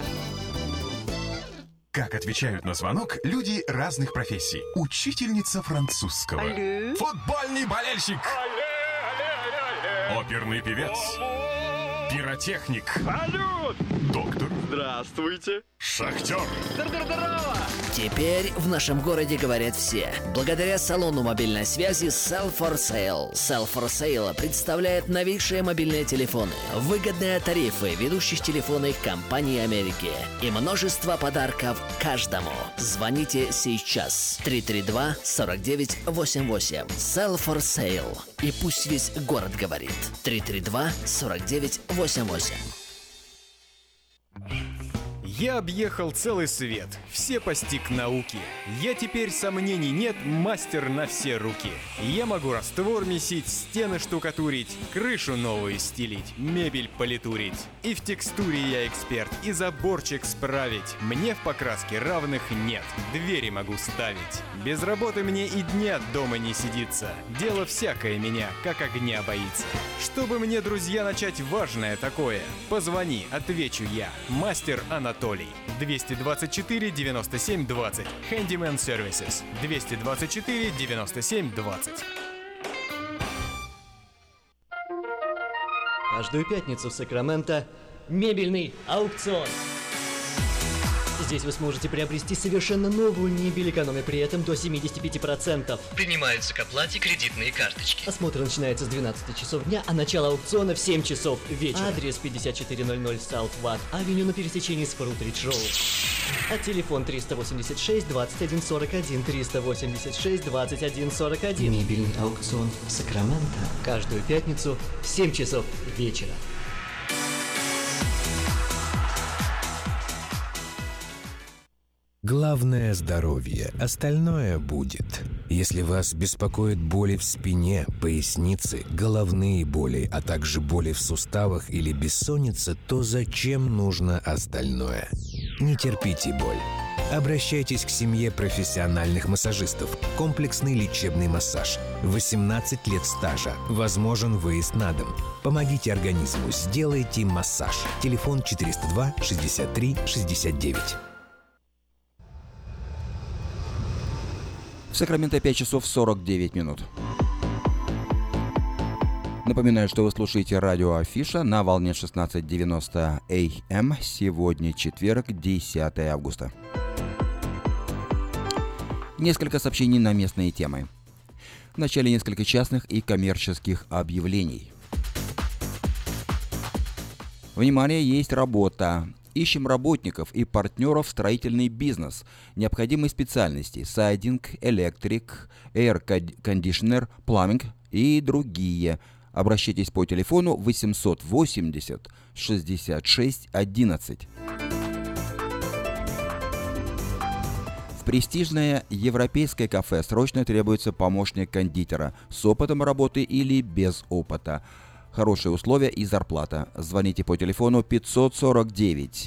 Как отвечают на звонок люди разных профессий. Учительница французского. Алле. Футбольный болельщик. Алле. Оперный певец. Пиротехник. Салют! Доктор. Здравствуйте. Шахтер. Здорово! Теперь в нашем городе говорят все. Благодаря салону мобильной связи Sell for Sale. Sell for Sale представляет новейшие мобильные телефоны, выгодные тарифы ведущих телефонных компаний Америки и множество подарков каждому. Звоните сейчас. 332-4988. Sell for Sale. И пусть весь город говорит. 332-4988. Я объехал целый свет, все постиг науки. Я теперь, сомнений нет, мастер на все руки. Я могу раствор месить, стены штукатурить, крышу новую стелить, мебель политурить. И в текстуре я эксперт, и заборчик справить. Мне в покраске равных нет, двери могу ставить. Без работы мне и дня дома не сидится. Дело всякое меня, как огня боится. Чтобы мне, друзья, начать важное такое, позвони, отвечу я. Мастер Анатолий. 224-97-20. Handyman Services. 224-97-20. Каждую пятницу в Сакраменто мебельный аукцион. Здесь вы сможете приобрести совершенно новую мебель, экономя при этом до 75%. Принимаются к оплате кредитные карточки. Осмотр начинается с 12 часов дня, а начало аукциона в 7 часов вечера. Адрес 5400 South Watt Авеню на пересечении с Фрутридж Роуд. А телефон 386-2141, 386-2141. Мебельный аукцион Сакраменто. Каждую пятницу в 7 часов вечера. Главное – здоровье, остальное будет. Если вас беспокоят боли в спине, пояснице, головные боли, а также боли в суставах или бессонница, то зачем нужно остальное? Не терпите боль. Обращайтесь к семье профессиональных массажистов. Комплексный лечебный массаж. 18 лет стажа. Возможен выезд на дом. Помогите организму, сделайте массаж. Телефон 402 63 69. В Сакраменто 5 часов 49 минут. Напоминаю, что вы слушаете радио Афиша на волне 16:90 АМ. Сегодня четверг, 10 августа. Несколько сообщений на местные темы. Вначале несколько частных и коммерческих объявлений. Внимание, есть работа. Ищем работников и партнеров в строительный бизнес. Необходимые специальности: сайдинг, электрик, эйр-кондишнер, пламинг и другие. Обращайтесь по телефону 880 66 11. В престижное европейское кафе срочно требуется помощник кондитера с опытом работы или без опыта. Хорошие условия и зарплата. Звоните по телефону 549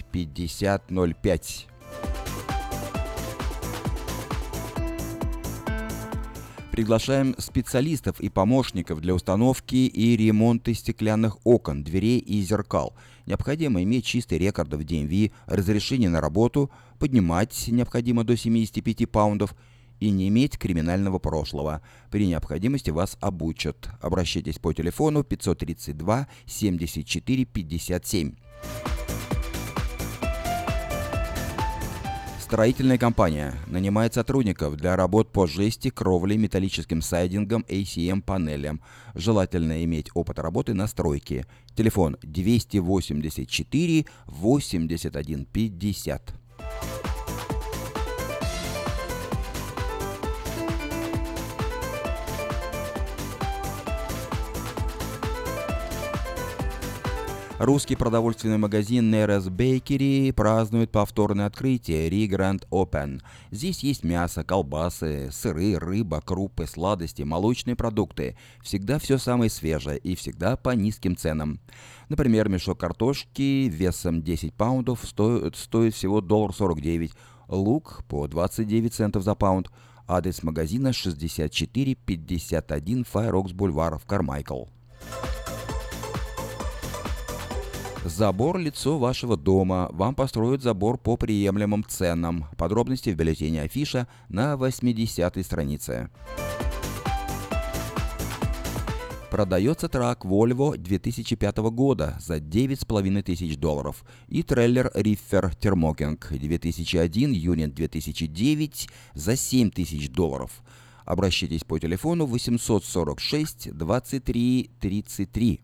5005. Приглашаем специалистов и помощников для установки и ремонта стеклянных окон, дверей и зеркал. Необходимо иметь чистый рекорд в DMV, разрешение на работу, поднимать необходимо до 75 паундов и не иметь криминального прошлого. При необходимости вас обучат. Обращайтесь по телефону 532 74 57. Строительная компания нанимает сотрудников для работ по жести, кровле, металлическим сайдингам, ACM-панелям. Желательно иметь опыт работы на стройке. Телефон 284 81 50. Русский продовольственный магазин Neres Bakery празднует повторное открытие Re-Grand Open. Здесь есть мясо, колбасы, сыры, рыба, крупы, сладости, молочные продукты. Всегда все самое свежее и всегда по низким ценам. Например, мешок картошки весом 10 паундов стоит всего $1.49. Лук по 29 центов за паунд. Адрес магазина 6451 Fair Oaks Boulevard в Кармайкл. Забор лицо вашего дома. Вам построят забор по приемлемым ценам. Подробности в бюллетене Афиша на 80-й странице. Продается трак Volvo 2005 года за $9,500 и трейлер Riffer Thermocking 2001 Unit 2009 за $7,000. Обращайтесь по телефону 846 23 33.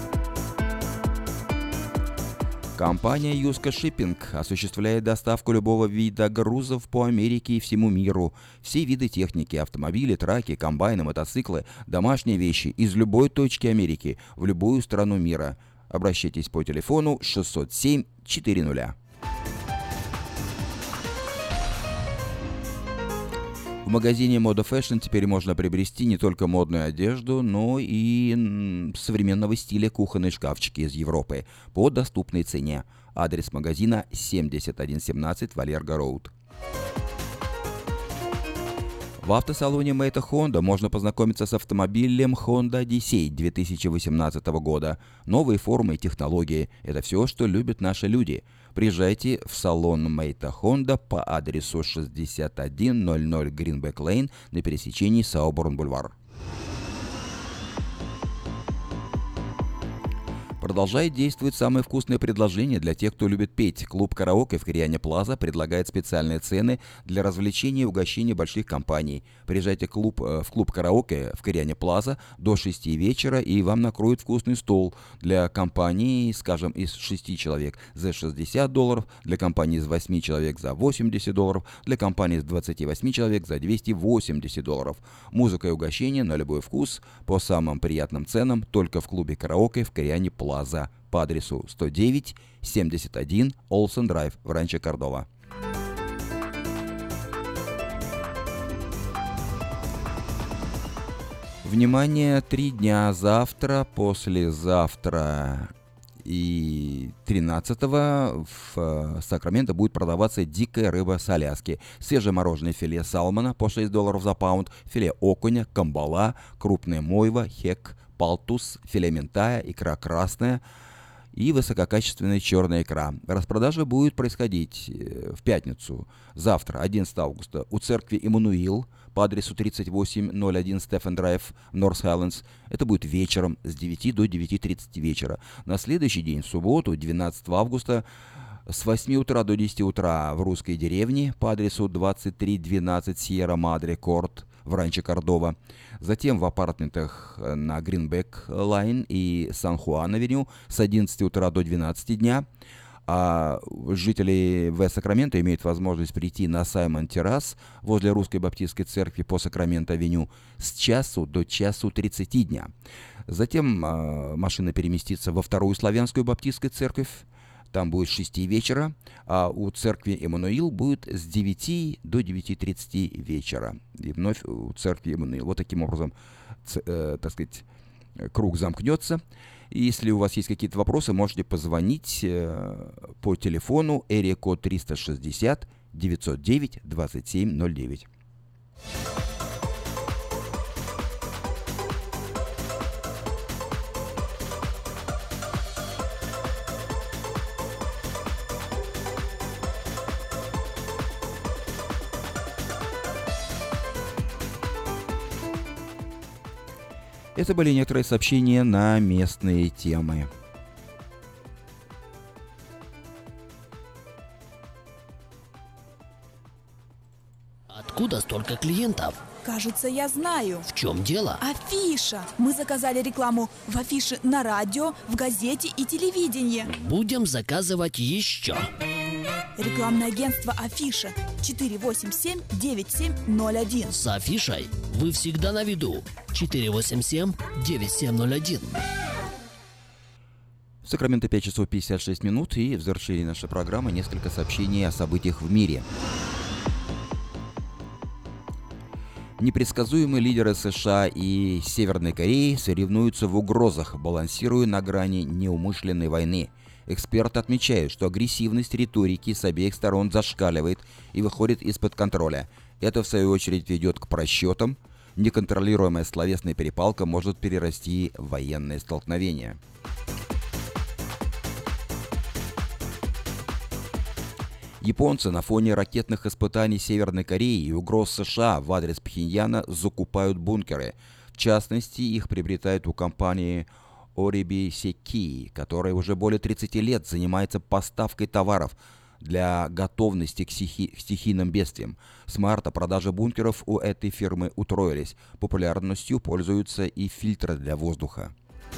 Компания Юска Шиппинг осуществляет доставку любого вида грузов по Америке и всему миру. Все виды техники, автомобили, траки, комбайны, мотоциклы, домашние вещи из любой точки Америки в любую страну мира. Обращайтесь по телефону 607 40. В магазине Moda Fashion теперь можно приобрести не только модную одежду, но и современного стиля кухонные шкафчики из Европы по доступной цене. Адрес магазина 7117 Валерго Роуд. В автосалоне Мэйта Honda можно познакомиться с автомобилем Honda Odyssey 2018 года. Новые формы и технологии – это все, что любят наши люди. Приезжайте в салон Мэйта Honda по адресу 6100 Greenback Lane на пересечении Сауборн-Бульвар. Продолжает действовать самое вкусное предложение для тех, кто любит петь. Клуб «Караоке» в Кориане Плаза предлагает специальные цены для развлечения и угощения больших компаний. Приезжайте в клуб «Караоке» в Кориане Плаза до 6 вечера, и вам накроют вкусный стол для компании, скажем, из 6 человек за $60, для компании из 8 человек за $80, для компании из 28 человек за $280. Музыка и угощение на любой вкус по самым приятным ценам только в клубе «Караоке» в Кориане Плаза по адресу 109-71 Олсен Драйв в Ранчо Кордова. Внимание, 3 дня завтра, послезавтра и 13-го в Сакраменто будет продаваться дикая рыба с Аляски. Свежемороженое филе салмона по $6 за паунд, филе окуня, камбала, крупная мойва, хек, палтус, филе минтая, икра красная и высококачественная черная икра. Распродажа будет происходить в пятницу, завтра, 11 августа, у церкви Иммануил по адресу 3801 Стефан Драйв в Норс Хайлендс. Это будет вечером с 9 до 9:30 вечера. На следующий день, в субботу, 12 августа, с 8 утра до 10 утра в русской деревне по адресу 2312 Сьерра Мадре Корт в Ранчо Кордова. Затем в апартментах на Гринбек Лайн и Сан-Хуан-авеню с 11 утра до 12 дня. А жители Вест-Сакраменто имеют возможность прийти на Саймон Террас возле Русской Баптистской церкви по Сакраменто-авеню с часу до 1:30 дня. Затем машина переместится во Вторую Славянскую Баптистскую церковь. Там будет с 6 вечера, а у церкви Эммануил будет с 9 до 9:30 вечера. И вновь у церкви Эммануил. Вот таким образом, так сказать, круг замкнется. И если у вас есть какие-то вопросы, можете позвонить по телефону area-код 360 909 2709. Это были некоторые сообщения на местные темы. Откуда столько клиентов? Кажется, я знаю. В чем дело? Афиша. Мы заказали рекламу в афише на радио, в газете и телевидении. Будем заказывать еще. Рекламное агентство «Афиша» 487-9701. С афишей вы всегда на виду. 487-9701. В Сакраменто 5 часов 56 минут, и в завершении нашей программы несколько сообщений о событиях в мире. Непредсказуемые лидеры США и Северной Кореи соревнуются в угрозах, балансируя на грани неумышленной войны. Эксперты отмечают, что агрессивность риторики с обеих сторон зашкаливает и выходит из-под контроля. Это, в свою очередь, ведет к просчетам. Неконтролируемая словесная перепалка может перерасти в военное столкновение. Японцы на фоне ракетных испытаний Северной Кореи и угроз США в адрес Пхеньяна закупают бункеры. В частности, их приобретают у компании Oribi Seiki, которая уже более 30 лет занимается поставкой товаров для готовности к стихийным бедствиям. С марта продажи бункеров у этой фирмы утроились. Популярностью пользуются и фильтры для воздуха.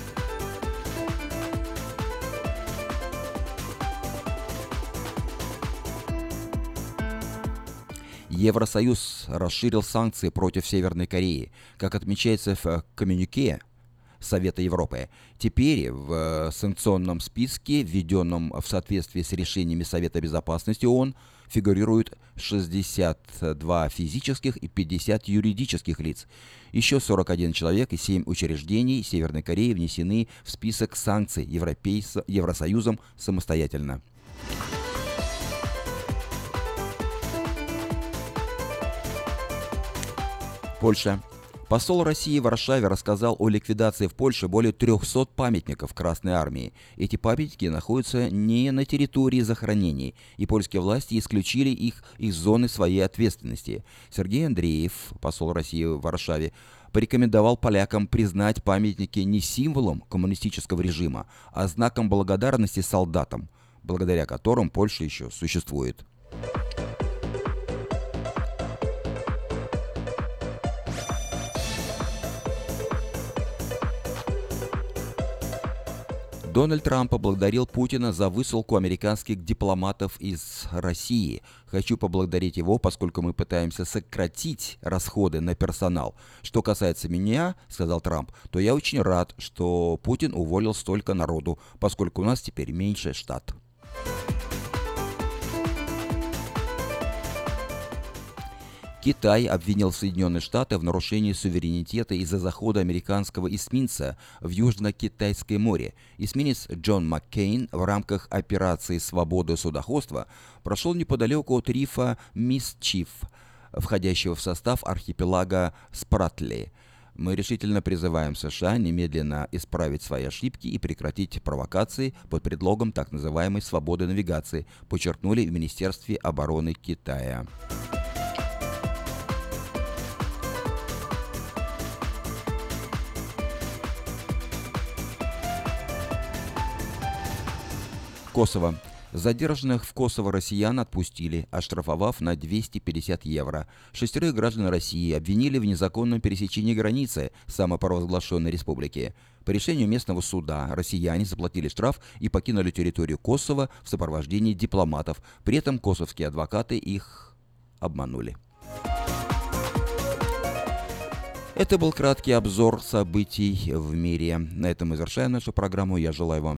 Евросоюз расширил санкции против Северной Кореи. Как отмечается в коммюнике Совета Европы, теперь в санкционном списке, введенном в соответствии с решениями Совета Безопасности ООН, фигурируют 62 физических и 50 юридических лиц. Еще 41 человек и 7 учреждений Северной Кореи внесены в список санкций Евросоюзом самостоятельно. Польша. Посол России в Варшаве рассказал о ликвидации в Польше более 300 памятников Красной Армии. Эти памятники находятся не на территории захоронений, и польские власти исключили их из зоны своей ответственности. Сергей Андреев, посол России в Варшаве, порекомендовал полякам признать памятники не символом коммунистического режима, а знаком благодарности солдатам, благодаря которым Польша еще существует. Дональд Трамп поблагодарил Путина за высылку американских дипломатов из России. Хочу поблагодарить его, поскольку мы пытаемся сократить расходы на персонал. Что касается меня, сказал Трамп, то я очень рад, что Путин уволил столько народу, поскольку у нас теперь меньше штат. Китай обвинил Соединенные Штаты в нарушении суверенитета из-за захода американского эсминца в Южно-Китайское море. Эсминец Джон Маккейн в рамках операции «Свобода судоходства» прошел неподалеку от рифа Мисчиф, входящего в состав архипелага Спратли. Мы решительно призываем США немедленно исправить свои ошибки и прекратить провокации под предлогом так называемой «свободы навигации», подчеркнули в Министерстве обороны Китая. Косово. Задержанных в Косово россиян отпустили, оштрафовав на 250 евро. 6 граждан России обвинили в незаконном пересечении границы самопровозглашенной республики. По решению местного суда россияне заплатили штраф и покинули территорию Косово в сопровождении дипломатов. При этом косовские адвокаты их обманули. Это был краткий обзор событий в мире. На этом мы завершаем нашу программу. Я желаю вам